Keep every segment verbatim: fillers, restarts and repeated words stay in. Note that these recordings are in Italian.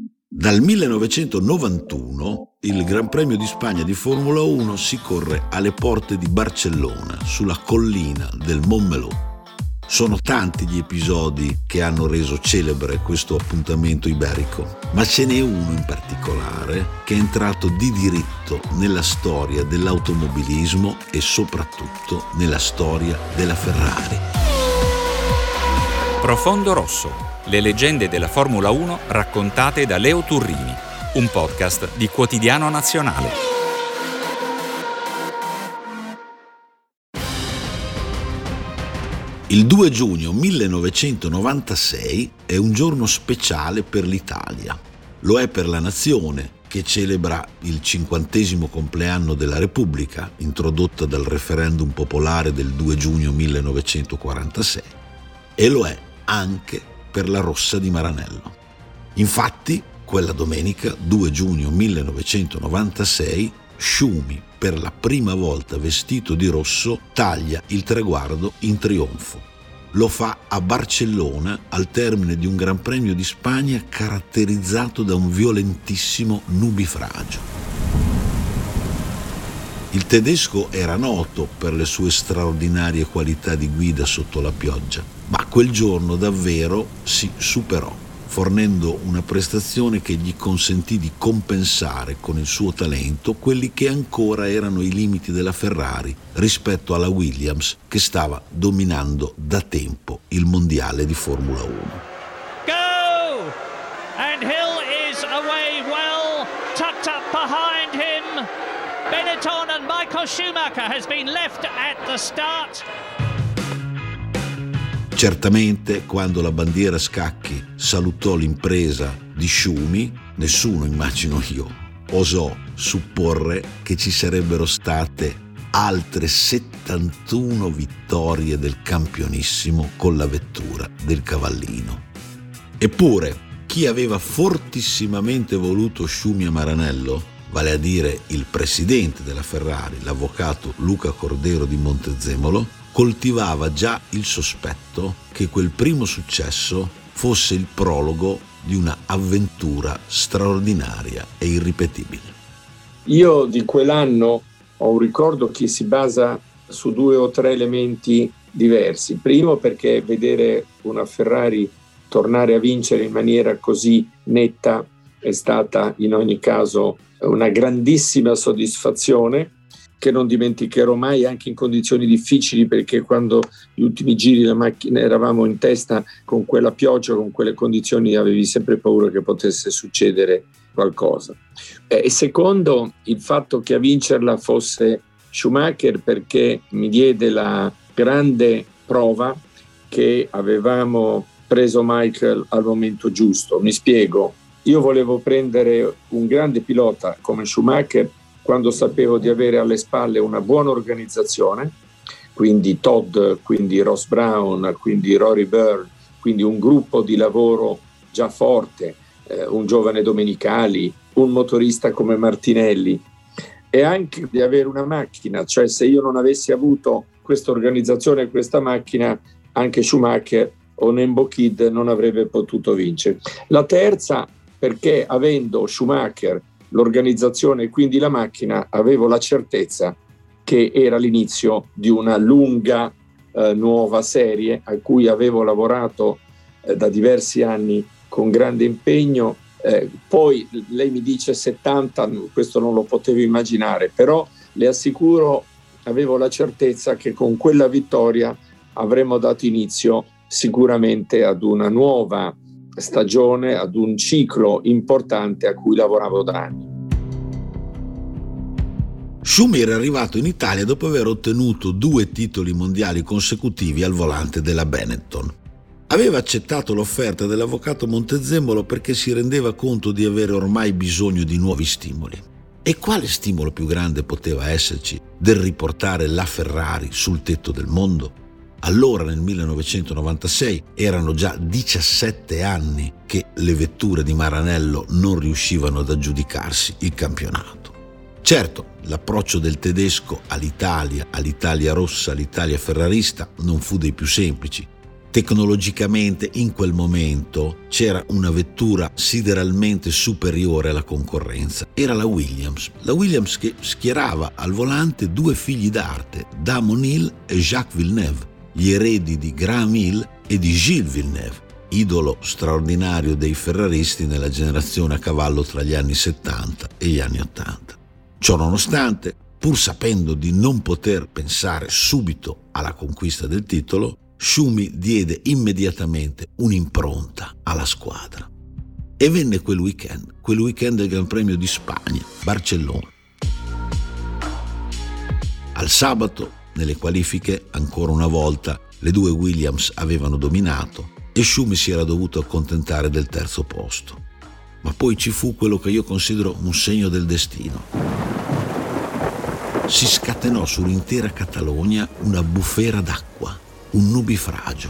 Dal millenovecentonovantuno il Gran Premio di Spagna di Formula uno si corre alle porte di Barcellona, sulla collina del Montmeló. Sono tanti gli episodi che hanno reso celebre questo appuntamento iberico, ma ce n'è uno in particolare che è entrato di diritto nella storia dell'automobilismo e soprattutto nella storia della Ferrari. Profondo Rosso, le leggende della Formula uno raccontate da Leo Turrini, un podcast di Quotidiano Nazionale. Il due giugno millenovecentonovantasei è un giorno speciale per l'Italia. Lo è per la nazione, che celebra il cinquantesimo compleanno della Repubblica, introdotta dal referendum popolare del due giugno millenovecentoquarantasei, e lo è anche per la Rossa di Maranello. Infatti, quella domenica, due giugno millenovecentonovantasei, Schumi, per la prima volta vestito di rosso, taglia il traguardo in trionfo. Lo fa a Barcellona al termine di un Gran Premio di Spagna caratterizzato da un violentissimo nubifragio. Il tedesco era noto per le sue straordinarie qualità di guida sotto la pioggia, ma quel giorno davvero si superò, fornendo una prestazione che gli consentì di compensare con il suo talento quelli che ancora erano i limiti della Ferrari rispetto alla Williams, che stava dominando da tempo il mondiale di Formula uno. Go! And Hill is away well, tucked up behind him. Benetton and Michael Schumacher has been left at the start. Certamente, quando la bandiera scacchi salutò l'impresa di Schumi, nessuno, immagino io, osò supporre che ci sarebbero state altre settantuno vittorie del campionissimo con la vettura del Cavallino. Eppure, chi aveva fortissimamente voluto Schumi a Maranello, vale a dire il presidente della Ferrari, l'avvocato Luca Cordero di Montezemolo, coltivava già il sospetto che quel primo successo fosse il prologo di una avventura straordinaria e irripetibile. Io di quell'anno ho un ricordo che si basa su due o tre elementi diversi. Primo, perché vedere una Ferrari tornare a vincere in maniera così netta è stata in ogni caso una grandissima soddisfazione, che non dimenticherò mai, anche in condizioni difficili, perché quando gli ultimi giri la macchina eravamo in testa con quella pioggia, con quelle condizioni, avevi sempre paura che potesse succedere qualcosa. E secondo, il fatto che a vincerla fosse Schumacher, perché mi diede la grande prova che avevamo preso Michael al momento giusto. Mi spiego, io volevo prendere un grande pilota come Schumacher quando sapevo di avere alle spalle una buona organizzazione, quindi Todd, quindi Ross Brown, quindi Rory Byrne, quindi un gruppo di lavoro già forte, eh, un giovane Domenicali, un motorista come Martinelli, e anche di avere una macchina, cioè se io non avessi avuto questa organizzazione e questa macchina, anche Schumacher o Nembo Kid non avrebbe potuto vincere. La terza, perché avendo Schumacher l'organizzazione e quindi la macchina, avevo la certezza che era l'inizio di una lunga eh, nuova serie a cui avevo lavorato eh, da diversi anni con grande impegno. Eh, poi lei mi dice settanta, questo non lo potevo immaginare, però le assicuro, avevo la certezza che con quella vittoria avremmo dato inizio sicuramente ad una nuova stagione, ad un ciclo importante a cui lavoravo da anni. Schumi era arrivato in Italia dopo aver ottenuto due titoli mondiali consecutivi al volante della Benetton. Aveva accettato l'offerta dell'avvocato Montezemolo perché si rendeva conto di avere ormai bisogno di nuovi stimoli. E quale stimolo più grande poteva esserci del riportare la Ferrari sul tetto del mondo? Allora, nel millenovecentonovantasei, erano già diciassette anni che le vetture di Maranello non riuscivano ad aggiudicarsi il campionato. Certo, l'approccio del tedesco all'Italia, all'Italia rossa, all'Italia ferrarista non fu dei più semplici, Tecnologicamente in quel momento c'era una vettura sideralmente superiore alla concorrenza, era la Williams. La Williams che schierava al volante due figli d'arte, Damon Hill e Jacques Villeneuve, gli eredi di Graham Hill e di Gilles Villeneuve, idolo straordinario dei ferraristi nella generazione a cavallo tra gli anni settanta e gli anni ottanta. Ciò nonostante, pur sapendo di non poter pensare subito alla conquista del titolo, Schumi diede immediatamente un'impronta alla squadra. E venne quel weekend, quel weekend del Gran Premio di Spagna, Barcellona. Al sabato, nelle qualifiche, ancora una volta, le due Williams avevano dominato e Schumi si era dovuto accontentare del terzo posto. Ma poi ci fu quello che io considero un segno del destino. Si scatenò sull'intera Catalogna una bufera d'acqua, un nubifragio.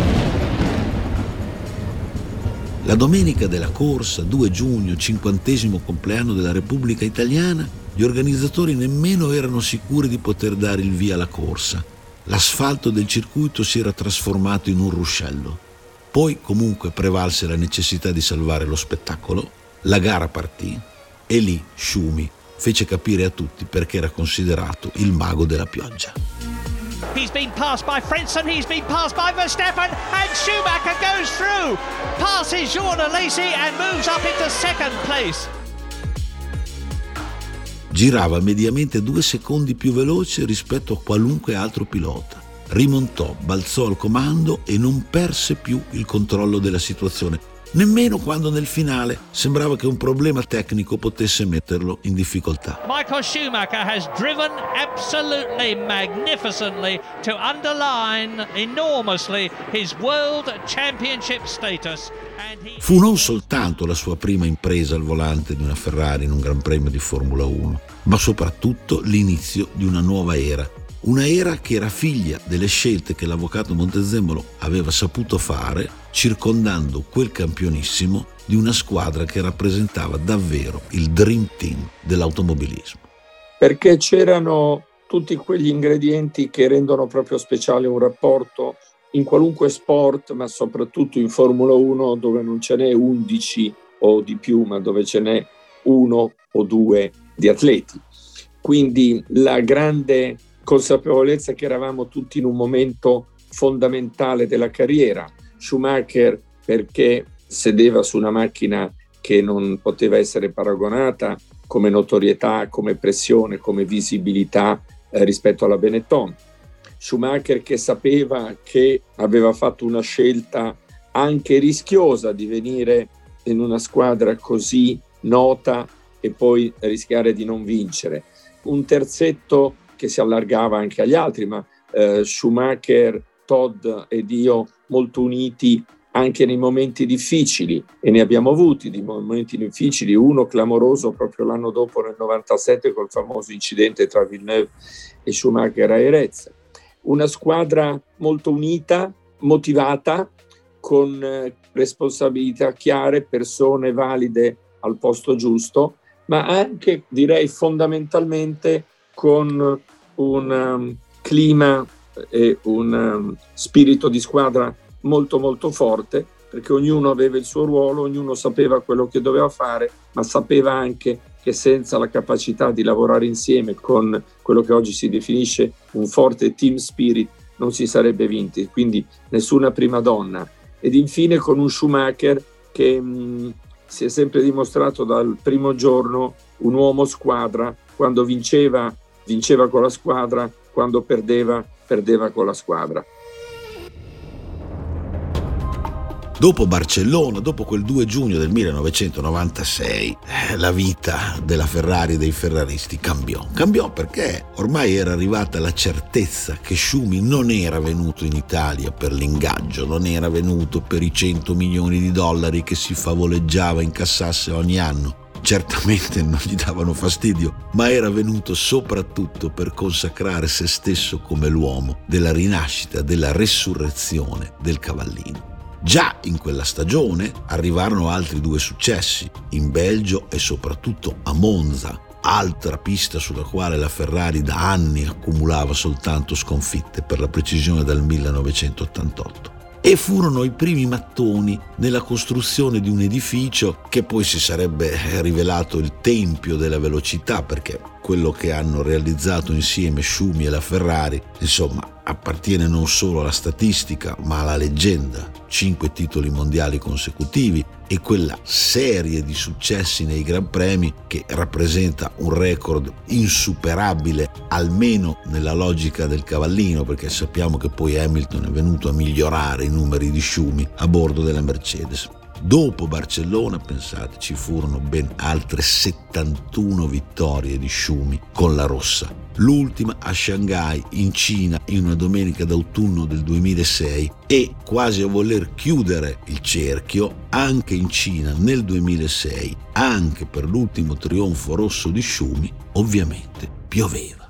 La domenica della corsa, due giugno, cinquantesimo compleanno della Repubblica Italiana, gli organizzatori nemmeno erano sicuri di poter dare il via alla corsa. L'asfalto del circuito si era trasformato in un ruscello. Poi comunque prevalse la necessità di salvare lo spettacolo, la gara partì e lì Schumi fece capire a tutti perché era considerato il mago della pioggia. He's been passed by Frentzen, he's been passed by Verstappen, and Schumacher goes through, passes Jean Alesi and moves up into second place. Girava mediamente due secondi più veloce rispetto a qualunque altro pilota. Rimontò, balzò al comando e non perse più il controllo della situazione, nemmeno quando nel finale sembrava che un problema tecnico potesse metterlo in difficoltà. Michael Schumacher has driven absolutely magnificently to underline enormously his World Championship status. And he... Fu non soltanto la sua prima impresa al volante di una Ferrari in un Gran Premio di Formula uno, ma soprattutto l'inizio di una nuova era. Una era che era figlia delle scelte che l'avvocato Montezemolo aveva saputo fare, circondando quel campionissimo di una squadra che rappresentava davvero il dream team dell'automobilismo. Perché c'erano tutti quegli ingredienti che rendono proprio speciale un rapporto in qualunque sport, ma soprattutto in Formula uno, dove non ce n'è undici o di più, ma dove ce n'è uno o due di atleti. Quindi la grande consapevolezza che eravamo tutti in un momento fondamentale della carriera. Schumacher perché sedeva su una macchina che non poteva essere paragonata come notorietà, come pressione, come visibilità eh, rispetto alla Benetton. Schumacher che sapeva che aveva fatto una scelta anche rischiosa di venire in una squadra così nota e poi rischiare di non vincere. Un terzetto che si allargava anche agli altri, ma eh, Schumacher, Todd ed io molto uniti anche nei momenti difficili, e ne abbiamo avuti di momenti difficili, uno clamoroso proprio l'anno dopo nel novantasette col famoso incidente tra Villeneuve e Schumacher a Jerez. Una squadra molto unita, motivata, con eh, responsabilità chiare, persone valide al posto giusto, ma anche, direi fondamentalmente, con un um, clima e un um, spirito di squadra molto molto forte, perché ognuno aveva il suo ruolo, ognuno sapeva quello che doveva fare, ma sapeva anche che senza la capacità di lavorare insieme con quello che oggi si definisce un forte team spirit non si sarebbe vinti, quindi nessuna prima donna. Ed infine con un Schumacher che mh, si è sempre dimostrato dal primo giorno un uomo squadra. Quando vinceva vinceva con la squadra, quando perdeva, perdeva con la squadra. Dopo Barcellona, dopo quel due giugno del millenovecentonovantasei, eh, la vita della Ferrari e dei ferraristi cambiò. Cambiò perché ormai era arrivata la certezza che Schumi non era venuto in Italia per l'ingaggio, non era venuto per i cento milioni di dollari che si favoleggiava incassasse ogni anno. Certamente non gli davano fastidio, ma era venuto soprattutto per consacrare se stesso come l'uomo della rinascita, della resurrezione del cavallino. Già in quella stagione arrivarono altri due successi, in Belgio e soprattutto a Monza, altra pista sulla quale la Ferrari da anni accumulava soltanto sconfitte, per la precisione dal millenovecentottantotto. e furono i primi mattoni nella costruzione di un edificio che poi si sarebbe rivelato il tempio della velocità, perché quello che hanno realizzato insieme Schumi e la Ferrari, insomma, appartiene non solo alla statistica ma alla leggenda: cinque titoli mondiali consecutivi e quella serie di successi nei Gran Premi che rappresenta un record insuperabile, almeno nella logica del cavallino, perché sappiamo che poi Hamilton è venuto a migliorare i numeri di Schumi a bordo della Mercedes. Dopo Barcellona, pensate, ci furono ben altre settantuno vittorie di Schumi con la rossa. L'ultima a Shanghai, in Cina, in una domenica d'autunno del duemilasei, e quasi a voler chiudere il cerchio, anche in Cina nel duemilasei, anche per l'ultimo trionfo rosso di Schumi, ovviamente pioveva.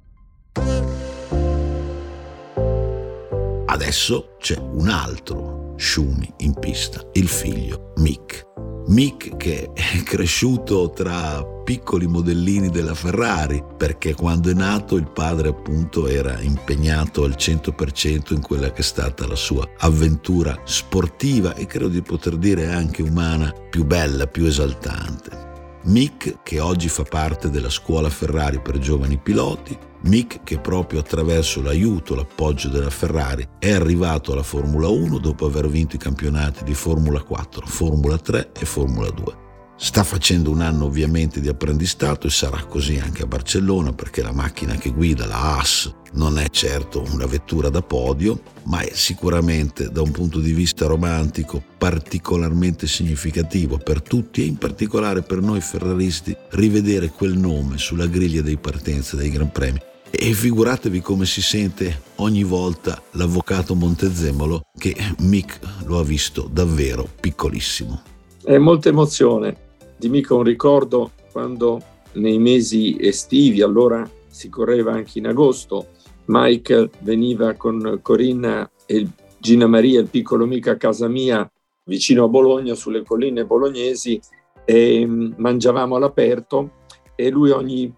Adesso c'è un altro Schumi in pista, il figlio Mick. Mick che è cresciuto tra piccoli modellini della Ferrari, perché quando è nato il padre appunto era impegnato al cento per cento in quella che è stata la sua avventura sportiva e credo di poter dire anche umana più bella, più esaltante. Mick che oggi fa parte della scuola Ferrari per giovani piloti, Mick che proprio attraverso l'aiuto, l'appoggio della Ferrari è arrivato alla Formula uno dopo aver vinto i campionati di Formula quattro, Formula tre e Formula due. Sta facendo un anno ovviamente di apprendistato e sarà così anche a Barcellona, perché la macchina che guida, la Haas, non è certo una vettura da podio, ma è sicuramente da un punto di vista romantico particolarmente significativo per tutti e in particolare per noi ferraristi rivedere quel nome sulla griglia dei partenze dei Gran Premi. E figuratevi come si sente ogni volta l'avvocato Montezemolo che Mick lo ha visto davvero piccolissimo. È molta emozione. Di Mick ho un ricordo quando nei mesi estivi, allora si correva anche in agosto, Michael veniva con Corinna e Gina Maria, il piccolo Mick, a casa mia vicino a Bologna, sulle colline bolognesi, e mangiavamo all'aperto e lui ogni,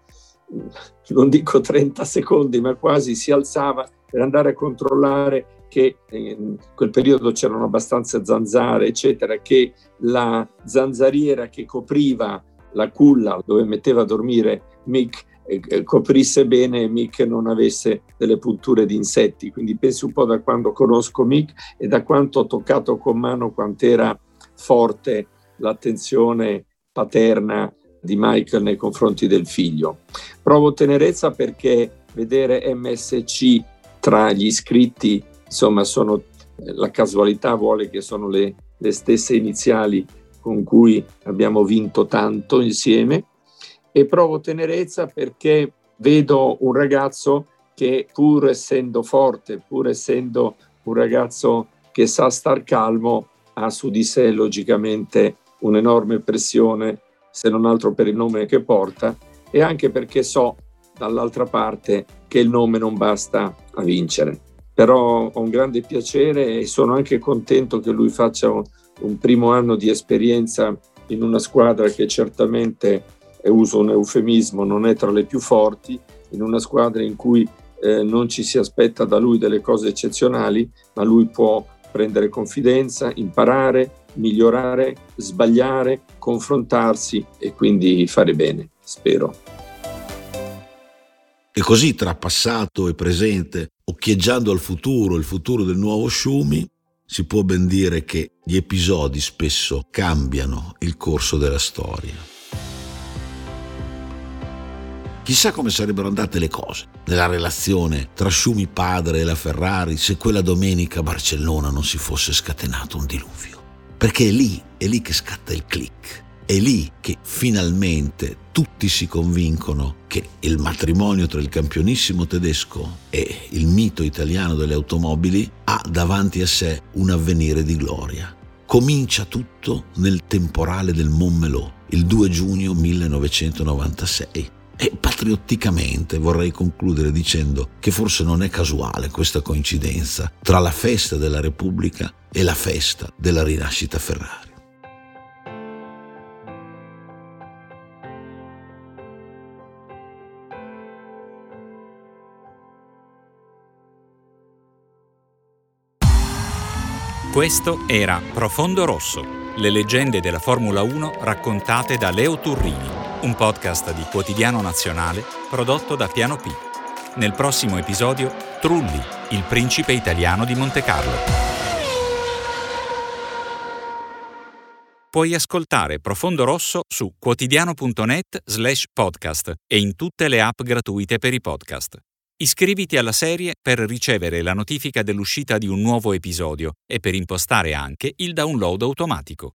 non dico trenta secondi, ma quasi si alzava per andare a controllare che in quel periodo c'erano abbastanza zanzare, eccetera, che la zanzariera che copriva la culla dove metteva a dormire Mick eh, coprisse bene e Mick non avesse delle punture di insetti. Quindi pensi un po' da quando conosco Mick e da quanto ho toccato con mano quant'era forte l'attenzione paterna di Michael nei confronti del figlio. Provo tenerezza perché vedere M S C tra gli iscritti, insomma, sono, la casualità vuole che sono le, le stesse iniziali con cui abbiamo vinto tanto insieme, e provo tenerezza perché vedo un ragazzo che, pur essendo forte, pur essendo un ragazzo che sa star calmo, ha su di sé logicamente un'enorme pressione, se non altro per il nome che porta, e anche perché so dall'altra parte che il nome non basta a vincere. Però ho un grande piacere e sono anche contento che lui faccia un, un primo anno di esperienza in una squadra che certamente, e uso un eufemismo, non è tra le più forti, in una squadra in cui eh, non ci si aspetta da lui delle cose eccezionali, ma lui può prendere confidenza, imparare, migliorare, sbagliare, confrontarsi e quindi fare bene, spero. E così, tra passato e presente, occhieggiando al futuro, il futuro del nuovo Schumi, si può ben dire che gli episodi spesso cambiano il corso della storia. Chissà come sarebbero andate le cose nella relazione tra Schumi padre e la Ferrari se quella domenica a Barcellona non si fosse scatenato un diluvio. Perché è lì, è lì che scatta il click. È lì che finalmente tutti si convincono che il matrimonio tra il campionissimo tedesco e il mito italiano delle automobili ha davanti a sé un avvenire di gloria. Comincia tutto nel temporale del Montmeló, il due giugno millenovecentonovantasei. E patriotticamente vorrei concludere dicendo che forse non è casuale questa coincidenza tra la festa della Repubblica e la festa della rinascita Ferrari. Questo era Profondo Rosso, le leggende della Formula uno raccontate da Leo Turrini, un podcast di Quotidiano Nazionale prodotto da Piano P. Nel prossimo episodio, Trulli, il principe italiano di Montecarlo. Puoi ascoltare Profondo Rosso su quotidiano.net slash podcast e in tutte le app gratuite per i podcast. Iscriviti alla serie per ricevere la notifica dell'uscita di un nuovo episodio e per impostare anche il download automatico.